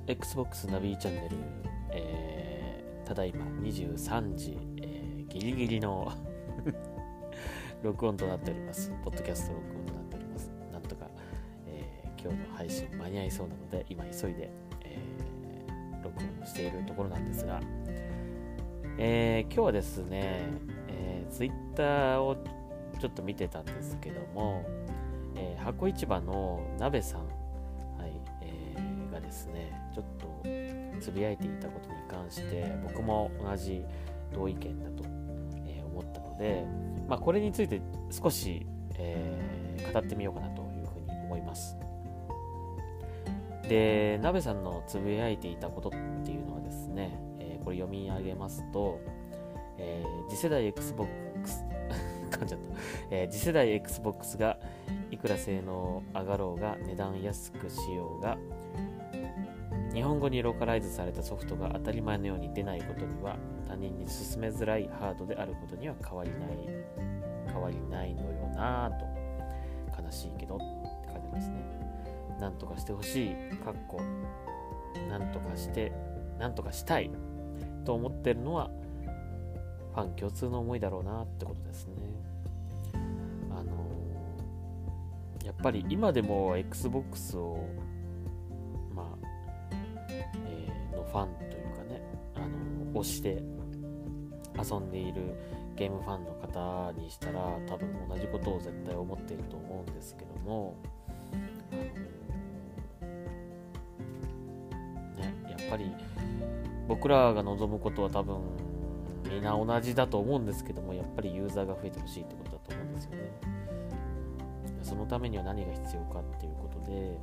Xbox ナビチャンネル、ただいま23時、ギリギリの録音となっております。ポッドキャスト録音となっております。なんとか、今日の配信間に合いそうなので今急いで、録音しているところなんですが、今日はですね、Twitter をちょっと見てたんですけども、箱市場の鍋さん、がですねちょっとつぶやいていたことに関して僕も同じ同意見だと、思ったので、これについて少し、語ってみようかなというふうに思います。で、鍋さんのつぶやいていたことっていうのはですね、これ読み上げますと、次世代 Xbox 噛んじゃった、次世代 Xbox がいくら性能上がろうが値段安くしようが日本語にローカライズされたソフトが当たり前のように出ないことには他人に勧めづらいハードであることには変わりないのよなぁと。悲しいけどって感じですね。なんとかしてほしいなんとかしたいと思ってるのはファン共通の思いだろうなってことですね。やっぱり今でも Xbox をのファンというかね、推して遊んでいるゲームファンの方にしたら多分同じことを絶対思っていると思うんですけども、やっぱり僕らが望むことは多分みんな同じだと思うんですけども、やっぱりユーザーが増えてほしいってことだと思うんですよね。そのためには何が必要かっていうことで、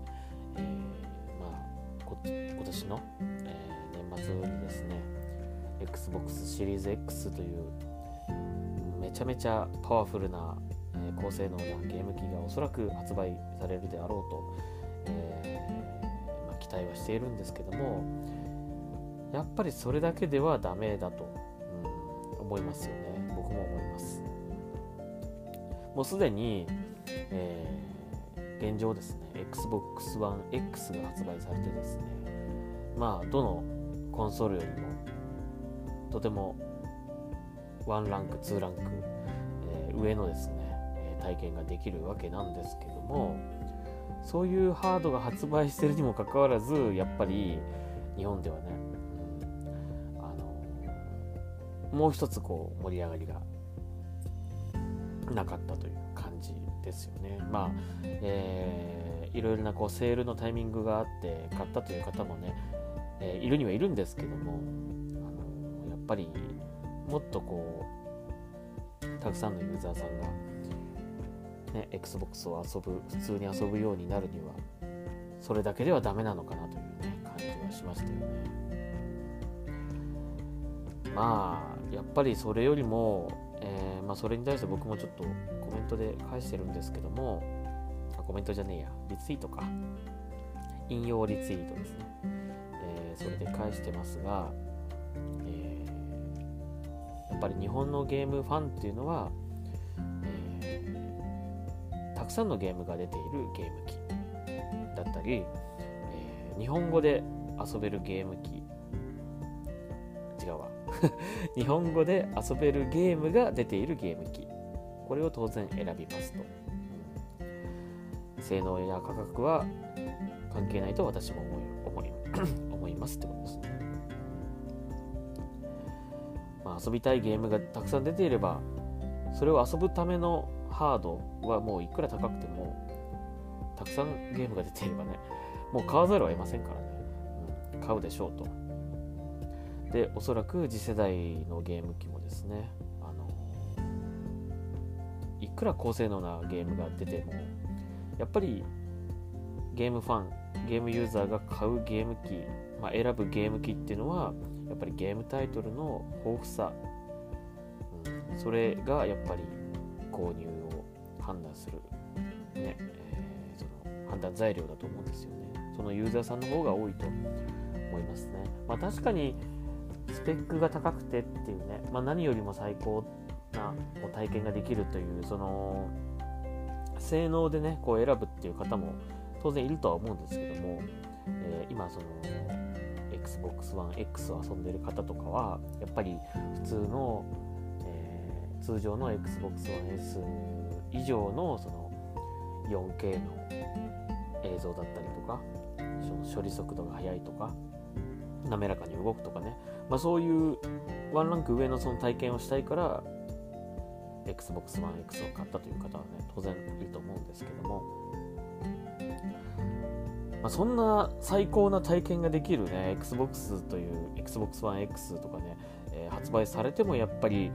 今年の、年末にですね Xbox シリーズ X というめちゃめちゃパワフルな、高性能なゲーム機がおそらく発売されるであろうと、期待はしているんですけども、やっぱりそれだけではダメだと、思いますよね。僕も思います。もうすでに、現状ですね Xbox One X が発売されてですね、どのコンソールよりもとても1ランク2ランク、上のですね、体験ができるわけなんですけども、そういうハードが発売しているにもかかわらずやっぱり日本ではね、もう一つ盛り上がりがなかったという感じですよね。いろいろなセールのタイミングがあって買ったという方もね、いるにはいるんですけども、やっぱりもっとたくさんのユーザーさんが、Xbox を普通に遊ぶようになるにはそれだけではダメなのかなというね感じはしましたよね。やっぱりそれよりも、それに対して僕もちょっとコメントで返してるんですけども、コメントじゃねえや、リツイートか、引用リツイートですね、それで返してますが、やっぱり日本のゲームファンっていうのは、たくさんのゲームが出ているゲーム機だったり、日本語で遊べるゲーム機違うわ日本語で遊べるゲームが出ているゲーム機、これを当然選びますと。性能や価格は関係ないと私も思いますってことですね。遊びたいゲームがたくさん出ていればそれを遊ぶためのハードはもういくら高くてもたくさんゲームが出ていればね、もう買わざるを得ませんからね、買うでしょうと。で、おそらく次世代のゲーム機もですね、いくら高性能なゲームが出てもやっぱりゲームファン、ゲームユーザーが買うゲーム機、選ぶゲーム機っていうのはやっぱりゲームタイトルの豊富さ、それがやっぱり購入を判断する、その判断材料だと思うんですよね。そのユーザーさんの方が多いと思いますね。確かにスペックが高くてっていうね、何よりも最高な体験ができるというその性能でね選ぶっていう方も当然いるとは思うんですけども、今その Xbox One X を遊んでる方とかはやっぱり普通の、通常の Xbox One S 以上のその 4K の映像だったりとか、その処理速度が速いとか滑らかに動くとかね、そういうワンランク上のその体験をしたいから Xbox One X を買ったという方はね当然いると思うんですけども、そんな最高な体験ができるね Xbox という Xbox One X とかね、発売されてもやっぱり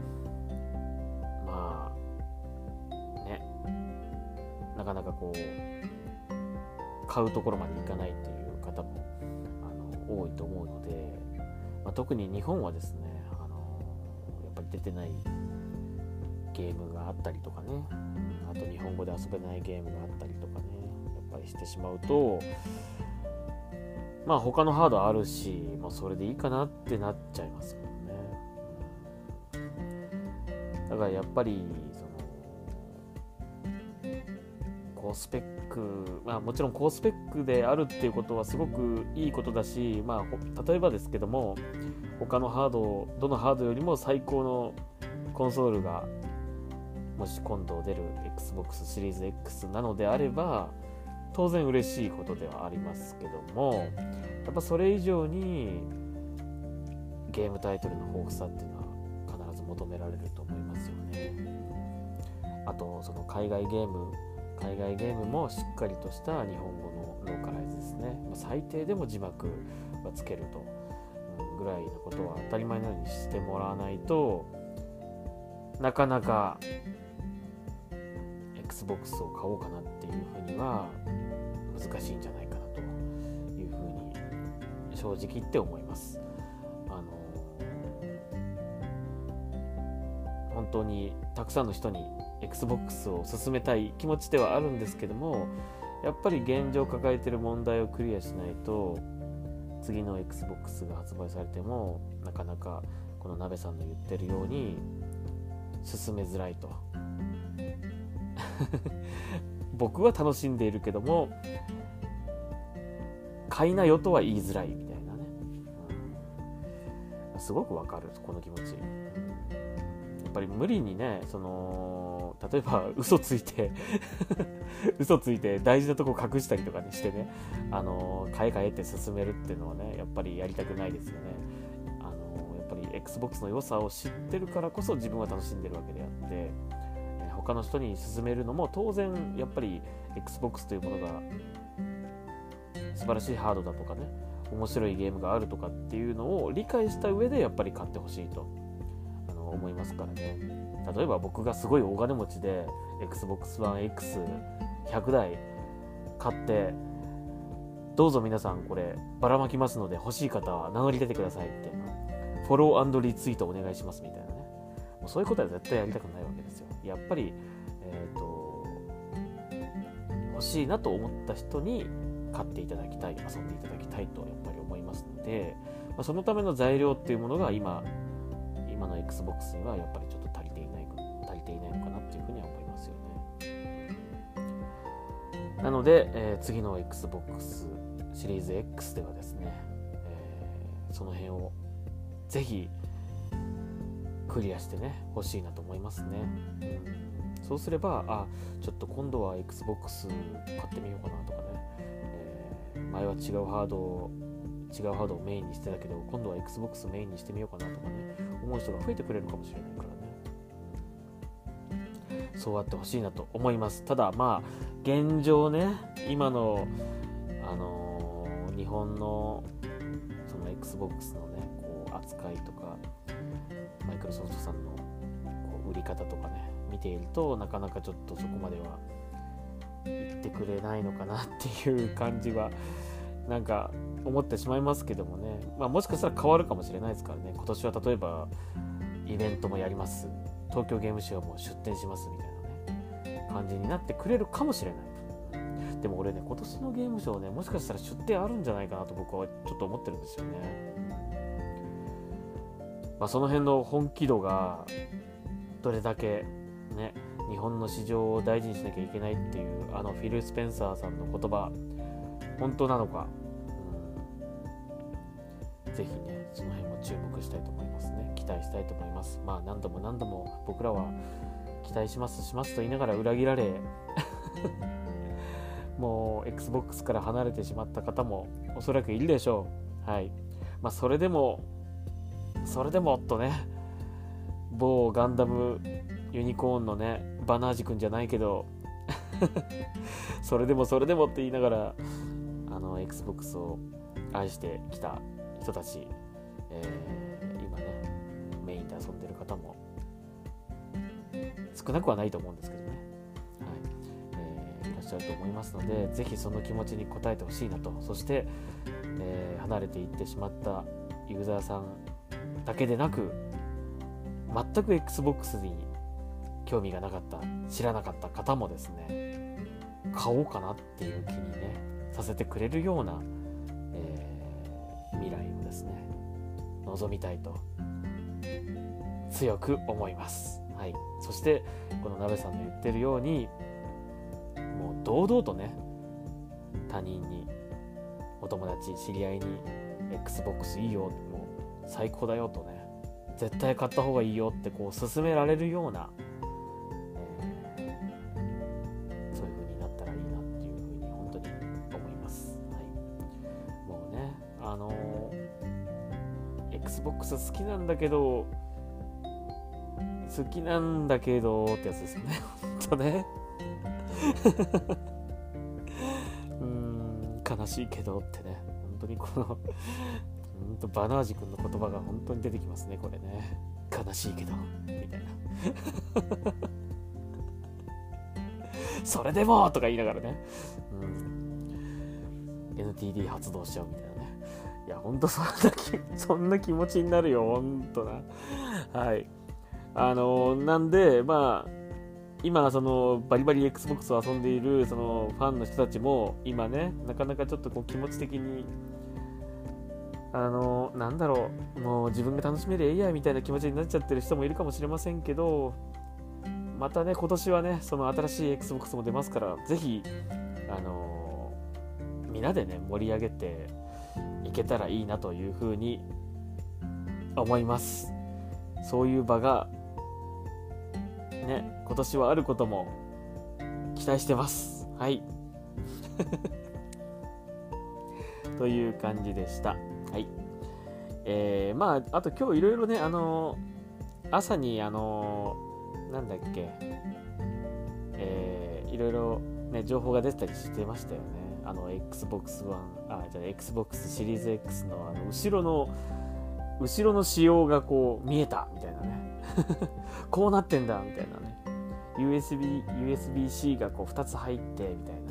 なかなかこう買うところまでいかないっていう方も多いと思うので、特に日本はですねやっぱり出てないゲームがあったりとかね、あと日本語で遊べないゲームがあったりとかね、やっぱりしてしまうと他のハードあるし、それでいいかなってなっちゃいますもんね。だからやっぱり高スペック、もちろん高スペックであるっていうことはすごくいいことだし、例えばですけども他のハード、どのハードよりも最高のコンソールがもし今度出る Xbox シリーズ X なのであれば当然嬉しいことではありますけども、やっぱそれ以上にゲームタイトルの豊富さっていうのは必ず求められると思いますよね。あとその海外ゲームもしっかりとした日本語のローカライズですね、最低でも字幕はつけるとぐらいのことは当たり前のようにしてもらわないとなかなか Xbox を買おうかなっていうふうには難しいんじゃないかなというふうに正直言って思います。本当にたくさんの人に Xbox を進めたい気持ちではあるんですけども、やっぱり現状抱えている問題をクリアしないと次の Xbox が発売されてもなかなかこの鍋さんの言ってるように進めづらいと僕は楽しんでいるけども買いなよとは言いづらいみたいなね、すごくわかるこの気持ち。やっぱり無理にね例えば嘘ついて大事なとこ隠したりとかにしてね買えって進めるっていうのはねやっぱりやりたくないですよね。やっぱり Xbox の良さを知ってるからこそ自分は楽しんでるわけであって、他の人に勧めるのも当然やっぱり Xbox というものが素晴らしいハードだとかね面白いゲームがあるとかっていうのを理解した上でやっぱり買ってほしいと思いますからね。例えば僕がすごい大金持ちで Xbox One X100 台買ってどうぞ皆さんこればらまきますので欲しい方は名乗り出てくださいってフォロー&リツイートお願いしますみたいなね、もうそういうことは絶対やりたくないわけですよ。やっぱり、欲しいなと思った人に買っていただきたい、遊んでいただきたいとやっぱり思いますので、そのための材料っていうものが今の Xbox にはやっぱりちょっと足りていないのかなっていうふうには思いますよね。なので、次の Xbox シリーズ X ではですね、その辺をぜひクリアしてね欲しいなと思いますね。そうすればちょっと今度は Xbox 買ってみようかなとかね、前は違うハードをメインにしてたけど今度は Xbox メインにしてみようかなとかね思う人が増えてくれるかもしれないからね、そうあってほしいなと思います。ただ現状ね今の日本のその Xbox のね扱いとかマイクロソフトさんの売り方とかね見ているとなかなかちょっとそこまでは言ってくれないのかなっていう感じはなんか思ってしまいますけどもね、もしかしたら変わるかもしれないですからね。今年は例えばイベントもやります、東京ゲームショウも出展しますみたいなね感じになってくれるかもしれない。でも俺ね今年のゲームショウねもしかしたら出展あるんじゃないかなと僕はちょっと思ってるんですよね。その辺の本気度がどれだけね日本の市場を大事にしなきゃいけないっていうフィル・スペンサーさんの言葉本当なのか、 ぜひねその辺も注目したいと思いますね。期待したいと思います。まあ何度も僕らは期待しますと言いながら裏切られもう Xbox から離れてしまった方もおそらくいるでしょう。はい。まあそれでもとね、某ガンダムユニコーンのねバナージ君じゃないけどそれでもって言いながらXbox を愛してきた人たち、今ねメインで遊んでる方も少なくはないと思うんですけどね、はいいらっしゃると思いますので、ぜひその気持ちに応えてほしいなと。そして、離れていってしまったユーザーさんだけでなく、全く Xbox に興味がなかった知らなかった方もですね、買おうかなっていう気にねさせてくれるような、未来をですね望みたいと強く思います。はい。そしてこの鍋さんの言ってるように、もう堂々とね他人に、お友達知り合いに Xbox いいよ、もう最高だよとね、絶対買った方がいいよってこう勧められるような、そういう風になったらいいなっていう風に本当に思います。はい。もうねXbox 好きなんだけどってやつですよね。本当ね悲しいけどってね、本当にこのバナージ君の言葉が本当に出てきますね、これね。悲しいけどみたいなそれでもとか言いながらね、NTD 発動しちゃうみたいなね。いや本当そんな気持ちになるよ、本当な。はい。なんでまあ今そのバリバリ Xbox を遊んでいるそのファンの人たちも今ね、なかなかちょっとこう気持ち的になんだろう、もう自分が楽しめるやみたいな気持ちになっちゃってる人もいるかもしれませんけど、またね今年はねその新しい Xbox も出ますから、ぜひみんなでね盛り上げていけたらいいなというふうに思います。そういう場がね今年はあることも期待してます。はいという感じでした。はい。まああと今日いろいろね朝になんだっけいろいろね情報が出てたりしてましたよね。Xbox One Xbox シリーズ X の後ろの仕様がこう見えたみたいなねこうなってんだみたいなね、 USB-C がこう2つ入ってみたいな、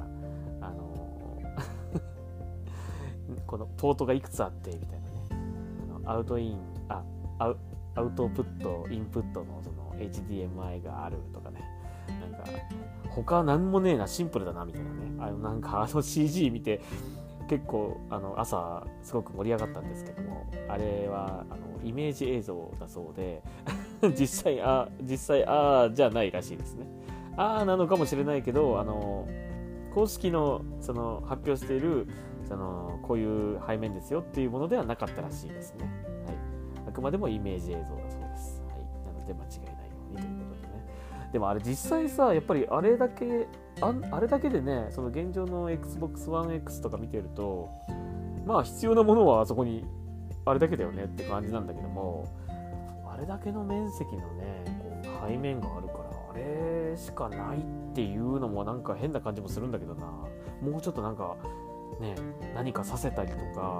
このポートがいくつあってみたいなね、アウトプットインプットのその HDMI があるとかね、なんか他なんもねえな、シンプルだなみたいなね、なんかCG 見て結構朝すごく盛り上がったんですけども、あれはイメージ映像だそうで実際じゃないらしいですね。なのかもしれないけど、公式のその発表しているこういう背面ですよっていうものではなかったらしいですね。はい、あくまでもイメージ映像だそうです。はい、なので間違いないようにということでね。でもあれ実際さ、やっぱりあれだけでね、その現状の Xbox One X とか見てると、まあ必要なものはあそこにあれだけだよねって感じなんだけども、あれだけの面積のねこう背面があるからあれしかないっていうのもなんか変な感じもするんだけどな。もうちょっとなんかね何かさせたりとか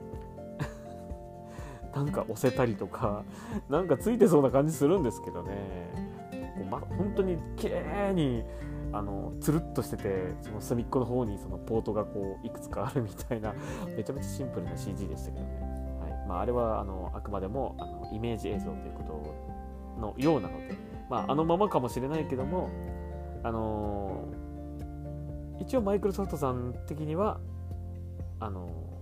なんか押せたりとかなんかついてそうな感じするんですけどね。本当に綺麗につるっとしてて、その隅っこの方にそのポートがこういくつかあるみたいなめちゃめちゃシンプルな CG でしたけどね。はい、あれはあくまでもイメージ映像ということのようなので、まままかもしれないけども、一応マイクロソフトさん的にはなん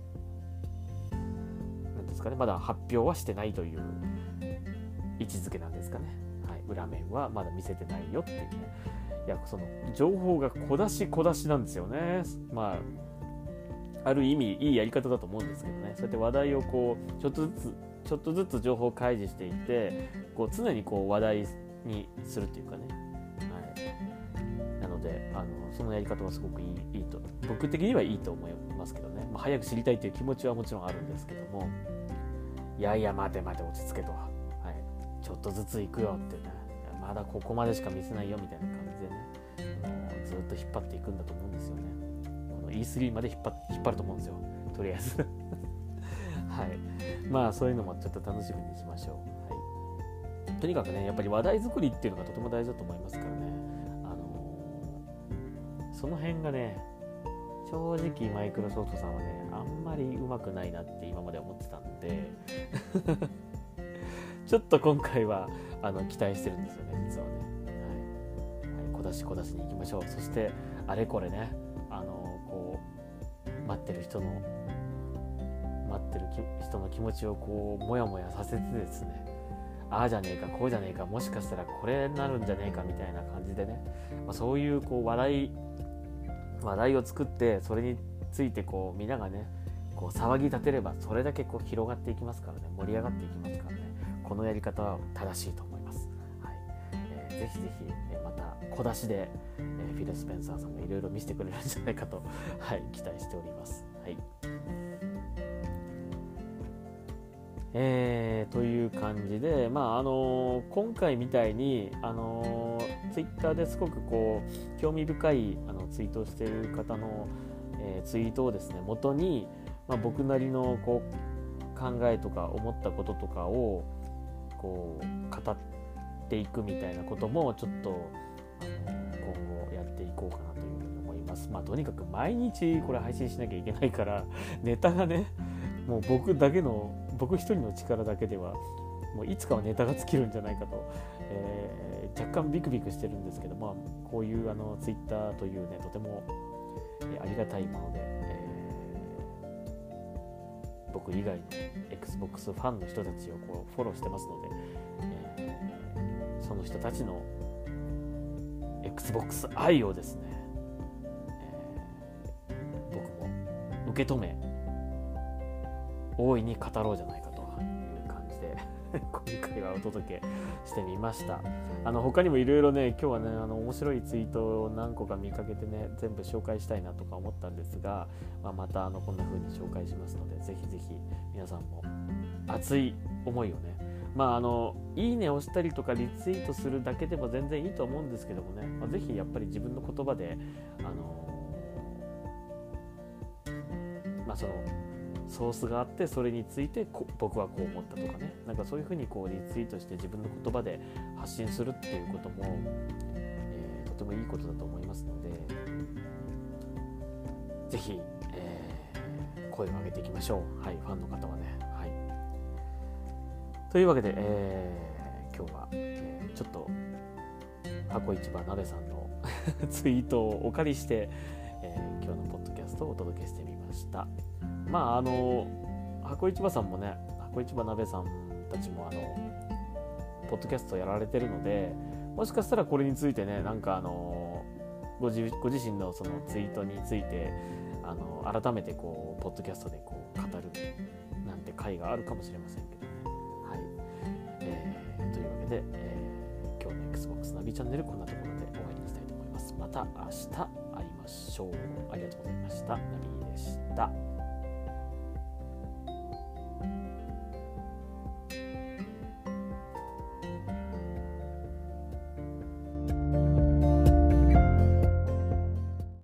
ですかね、まだ発表はしてないという位置づけなんですかね。はい、裏面はまだ見せてないよっていうね。いや、その情報が小出しなんですよね。 ある意味いいやり方だと思うんですけどね。そうやって話題をこうちょっとずつ情報を開示していってこう常にこう話題にするっていうかね、はい、なのでそのやり方はすごくいいと僕的にはいいと思いますけどね、早く知りたいという気持ちはもちろんあるんですけども、いや待て落ち着けと、はい、ちょっとずつ行くよってね、まだここまでしか見せないよみたいな感じでね、ずっと引っ張っていくんだと思うんですよね。この E3 まで引っ張ると思うんですよ、とりあえずはい、そういうのもちょっと楽しみにしましょう。はい、とにかくねやっぱり話題作りっていうのがとても大事だと思いますからね、その辺がね正直マイクロソフトさんはねあんまりうまくないなって今まで思ってたんでちょっと今回は期待してるんですよね、実はね。小出しに行きましょう。そしてあれこれねこう待ってる人の気持ちをこうモヤモヤさせてですね、ああじゃねえかこうじゃねえかもしかしたらこれになるんじゃねえかみたいな感じでね、そういうこう話題を作ってそれについてこうみんながねこう騒ぎ立てればそれだけこう広がっていきますからね、盛り上がっていきますからね、このやり方は正しいと思います。はい、ぜひまた小出しで、フィル・スペンサーさんもいろいろ見せてくれるんじゃないかと、はい、期待しております。はい、という感じで、今回みたいに、ツイッターですごくこう興味深いツイートをしている方の、ツイートをですね元に、僕なりのこう考えとか思ったこととかをこう語っていくみたいなこともちょっと今後やっていこうかなというふうに思います。とにかく毎日これ配信しなきゃいけないからネタがねもう僕一人の力だけではもういつかはネタが尽きるんじゃないかと、若干ビクビクしてるんですけど、こういうツイッターというねとても、ありがたいもので、僕以外の Xbox ファンの人たちをこうフォローしてますので、その人たちの Xbox 愛をですね、僕も受け止め大いに語ろうじゃないかという感じで今回はお届けしてみました。他にもいろいろね今日はね面白いツイートを何個か見かけてね全部紹介したいなとか思ったんですが、またこんな風に紹介しますのでぜひぜひ皆さんも熱い思いをねいいねをしたりとかリツイートするだけでも全然いいと思うんですけどもね、ぜひやっぱり自分の言葉でそのソースがあってそれについて僕はこう思ったとかね、なんかそういうふうにこうリツイートして自分の言葉で発信するっていうことも、とてもいいことだと思いますのでぜひ、声を上げていきましょう。はい、ファンの方はね。はい、というわけで、今日は、ちょっと箱市場なべさんのツイートをお借りして、今日のポッドキャストをお届けしてみました。箱市場さんもね、箱市場なべさんたちもポッドキャストやられてるので、もしかしたらこれについてね、なんかご自身のそのツイートについて改めてこうポッドキャストでこう語るなんて回があるかもしれませんけどね。はい、というわけで、今日の Xbox ナビチャンネルこんなところで終わりにしたいと思います。また明日会いましょう。ありがとうございました。ナビでした。